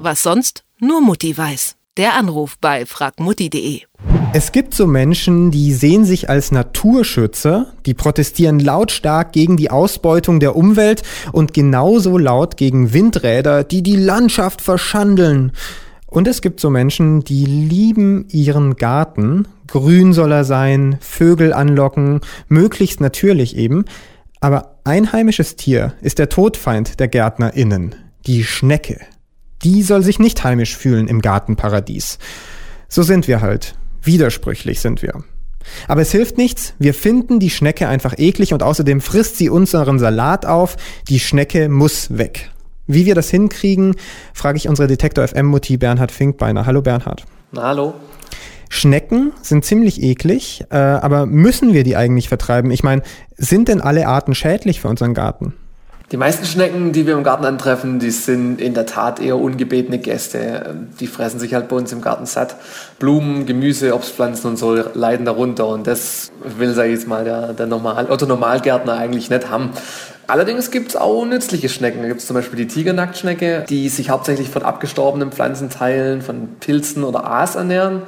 Was sonst nur Mutti weiß. Der Anruf bei fragmutti.de. Es gibt so Menschen, die sehen sich als Naturschützer, die protestieren lautstark gegen die Ausbeutung der Umwelt und genauso laut gegen Windräder, die die Landschaft verschandeln. Und es gibt so Menschen, die lieben ihren Garten. Grün soll er sein, Vögel anlocken, möglichst natürlich eben. Aber ein heimisches Tier ist der Todfeind der GärtnerInnen, die Schnecke. Die soll sich nicht heimisch fühlen im Gartenparadies. So sind wir halt. Widersprüchlich sind wir. Aber es hilft nichts, wir finden die Schnecke einfach eklig und außerdem frisst sie unseren Salat auf. Die Schnecke muss weg. Wie wir das hinkriegen, frage ich unsere Detektor FM-Mutti Bernhard Finkbeiner. Hallo Bernhard. Na, hallo. Schnecken sind ziemlich eklig, aber müssen wir die eigentlich vertreiben? Ich meine, sind denn alle Arten schädlich für unseren Garten? Die meisten Schnecken, die wir im Garten antreffen, die sind in der Tat eher ungebetene Gäste. Die fressen sich halt bei uns im Garten satt. Blumen, Gemüse, Obstpflanzen und so leiden darunter. Und das will, sag ich jetzt mal, der Otto-Normalgärtner eigentlich nicht haben. Allerdings gibt es auch nützliche Schnecken. Da gibt es zum Beispiel die Tigernacktschnecke, die sich hauptsächlich von abgestorbenen Pflanzenteilen, von Pilzen oder Aas ernähren.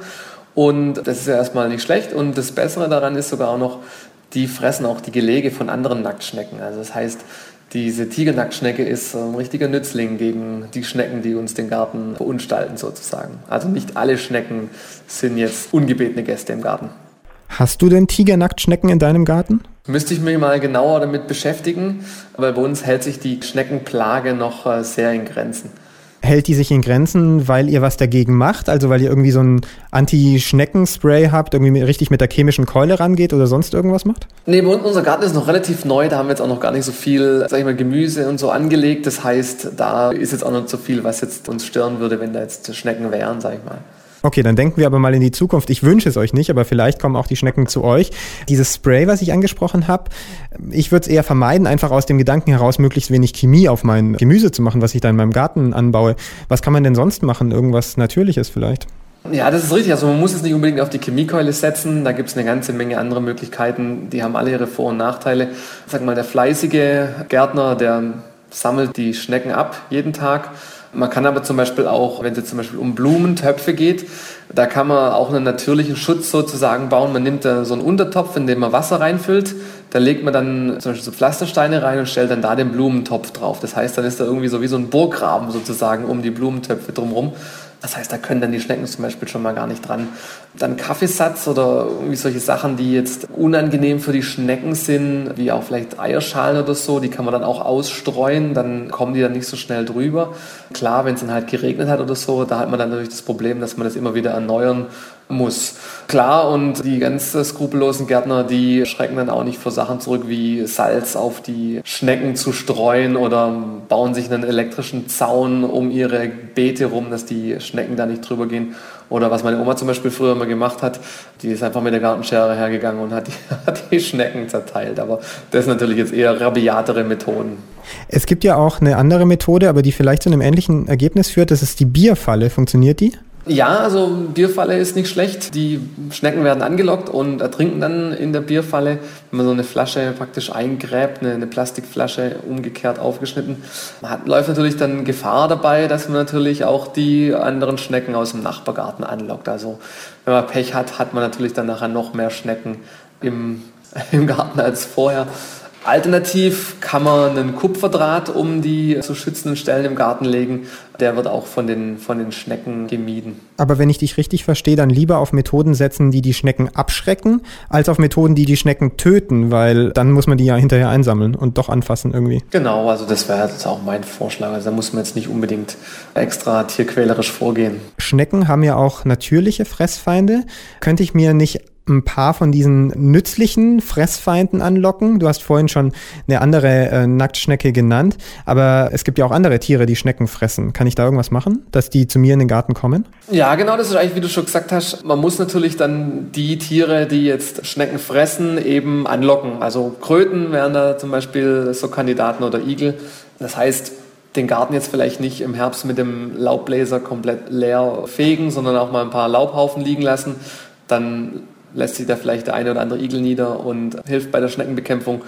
Und das ist ja erstmal nicht schlecht. Und das Bessere daran ist sogar auch noch, die fressen auch die Gelege von anderen Nacktschnecken. Also das heißt, diese Tigernacktschnecke ist ein richtiger Nützling gegen die Schnecken, die uns den Garten verunstalten sozusagen. Also nicht alle Schnecken sind jetzt ungebetene Gäste im Garten. Hast du denn Tigernacktschnecken in deinem Garten? Müsste ich mich mal genauer damit beschäftigen, aber bei uns hält sich die Schneckenplage noch sehr in Grenzen. Hält die sich in Grenzen, weil ihr was dagegen macht? Also weil ihr irgendwie so ein Anti-Schnecken-Spray habt, irgendwie richtig mit der chemischen Keule rangeht oder sonst irgendwas macht? Nee, bei uns unser Garten ist noch relativ neu, da haben wir jetzt auch noch gar nicht so viel, sag ich mal, Gemüse und so angelegt. Das heißt, da ist jetzt auch noch nicht so viel, was jetzt uns stören würde, wenn da jetzt Schnecken wären, sag ich mal. Okay, dann denken wir aber mal in die Zukunft. Ich wünsche es euch nicht, aber vielleicht kommen auch die Schnecken zu euch. Dieses Spray, was ich angesprochen habe, ich würde es eher vermeiden, einfach aus dem Gedanken heraus, möglichst wenig Chemie auf mein Gemüse zu machen, was ich da in meinem Garten anbaue. Was kann man denn sonst machen? Irgendwas Natürliches vielleicht? Ja, das ist richtig. Also man muss es nicht unbedingt auf die Chemiekeule setzen. Da gibt es eine ganze Menge andere Möglichkeiten. Die haben alle ihre Vor- und Nachteile. Sag mal, der fleißige Gärtner, der sammelt die Schnecken ab jeden Tag. Man kann aber zum Beispiel auch, wenn es jetzt zum Beispiel um Blumentöpfe geht, da kann man auch einen natürlichen Schutz sozusagen bauen. Man nimmt da so einen Untertopf, in den man Wasser reinfüllt. Da legt man dann zum Beispiel so Pflastersteine rein und stellt dann da den Blumentopf drauf. Das heißt, dann ist da irgendwie so wie so ein Burggraben sozusagen um die Blumentöpfe drumherum. Das heißt, da können dann die Schnecken zum Beispiel schon mal gar nicht dran. Dann Kaffeesatz oder irgendwie solche Sachen, die jetzt unangenehm für die Schnecken sind, wie auch vielleicht Eierschalen oder so, die kann man dann auch ausstreuen, dann kommen die dann nicht so schnell drüber. Klar, wenn es dann halt geregnet hat oder so, da hat man dann natürlich das Problem, dass man das immer wieder erneuern muss. Klar, und die ganz skrupellosen Gärtner, die schrecken dann auch nicht vor Sachen zurück, wie Salz auf die Schnecken zu streuen oder bauen sich einen elektrischen Zaun um ihre Beete rum, dass die Schnecken da nicht drüber gehen. Oder was meine Oma zum Beispiel früher immer gemacht hat, die ist einfach mit der Gartenschere hergegangen und hat die Schnecken zerteilt. Aber das sind natürlich jetzt eher rabiatere Methoden. Es gibt ja auch eine andere Methode, aber die vielleicht zu einem ähnlichen Ergebnis führt. Das ist die Bierfalle. Funktioniert die? Ja, also Bierfalle ist nicht schlecht. Die Schnecken werden angelockt und ertrinken dann in der Bierfalle. Wenn man so eine Flasche praktisch eingräbt, eine Plastikflasche umgekehrt aufgeschnitten, läuft natürlich dann Gefahr dabei, dass man natürlich auch die anderen Schnecken aus dem Nachbargarten anlockt. Also wenn man Pech hat, hat man natürlich dann nachher noch mehr Schnecken im Garten als vorher. Alternativ kann man einen Kupferdraht um die zu schützenden Stellen im Garten legen. Der wird auch von den Schnecken gemieden. Aber wenn ich dich richtig verstehe, dann lieber auf Methoden setzen, die die Schnecken abschrecken, als auf Methoden, die die Schnecken töten, weil dann muss man die ja hinterher einsammeln und doch anfassen irgendwie. Genau, also das wäre jetzt auch mein Vorschlag. Also da muss man jetzt nicht unbedingt extra tierquälerisch vorgehen. Schnecken haben ja auch natürliche Fressfeinde. Könnte ich mir nicht ein paar von diesen nützlichen Fressfeinden anlocken? Du hast vorhin schon eine andere Nacktschnecke genannt, aber es gibt ja auch andere Tiere, die Schnecken fressen. Kann ich da irgendwas machen, dass die zu mir in den Garten kommen? Ja, genau, das ist eigentlich, wie du schon gesagt hast, man muss natürlich dann die Tiere, die jetzt Schnecken fressen, eben anlocken. Also Kröten wären da zum Beispiel so Kandidaten oder Igel. Das heißt, den Garten jetzt vielleicht nicht im Herbst mit dem Laubbläser komplett leer fegen, sondern auch mal ein paar Laubhaufen liegen lassen. Dann lässt sich da vielleicht der eine oder andere Igel nieder und hilft bei der Schneckenbekämpfung.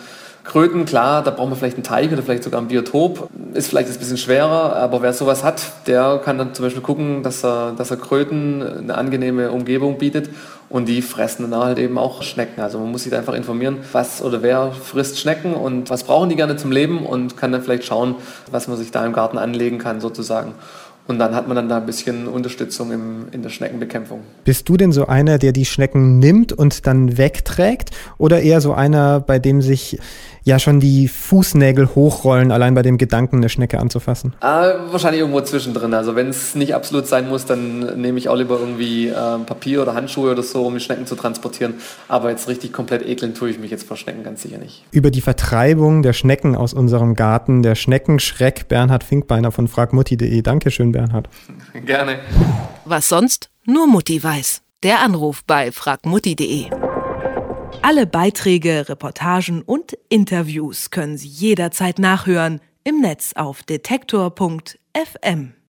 Kröten, klar, da braucht man vielleicht einen Teich oder vielleicht sogar ein Biotop. Ist vielleicht ein bisschen schwerer, aber wer sowas hat, der kann dann zum Beispiel gucken, dass er Kröten eine angenehme Umgebung bietet und die fressen dann halt eben auch Schnecken. Also man muss sich da einfach informieren, was oder wer frisst Schnecken und was brauchen die gerne zum Leben und kann dann vielleicht schauen, was man sich da im Garten anlegen kann sozusagen. Und dann hat man dann da ein bisschen Unterstützung in der Schneckenbekämpfung. Bist du denn so einer, der die Schnecken nimmt und dann wegträgt? Oder eher so einer, bei dem sich ja schon die Fußnägel hochrollen, allein bei dem Gedanken, eine Schnecke anzufassen? Wahrscheinlich irgendwo zwischendrin. Also wenn es nicht absolut sein muss, dann nehme ich auch lieber irgendwie Papier oder Handschuhe oder so, um die Schnecken zu transportieren. Aber jetzt richtig komplett ekeln tue ich mich jetzt vor Schnecken ganz sicher nicht. Über die Vertreibung der Schnecken aus unserem Garten, der Schneckenschreck, Bernhard Finkbeiner von fragmutti.de. Dankeschön, Bernhard. Gerne. Was sonst? Nur Mutti weiß. Der Anruf bei fragmutti.de. Alle Beiträge, Reportagen und Interviews können Sie jederzeit nachhören im Netz auf detektor.fm.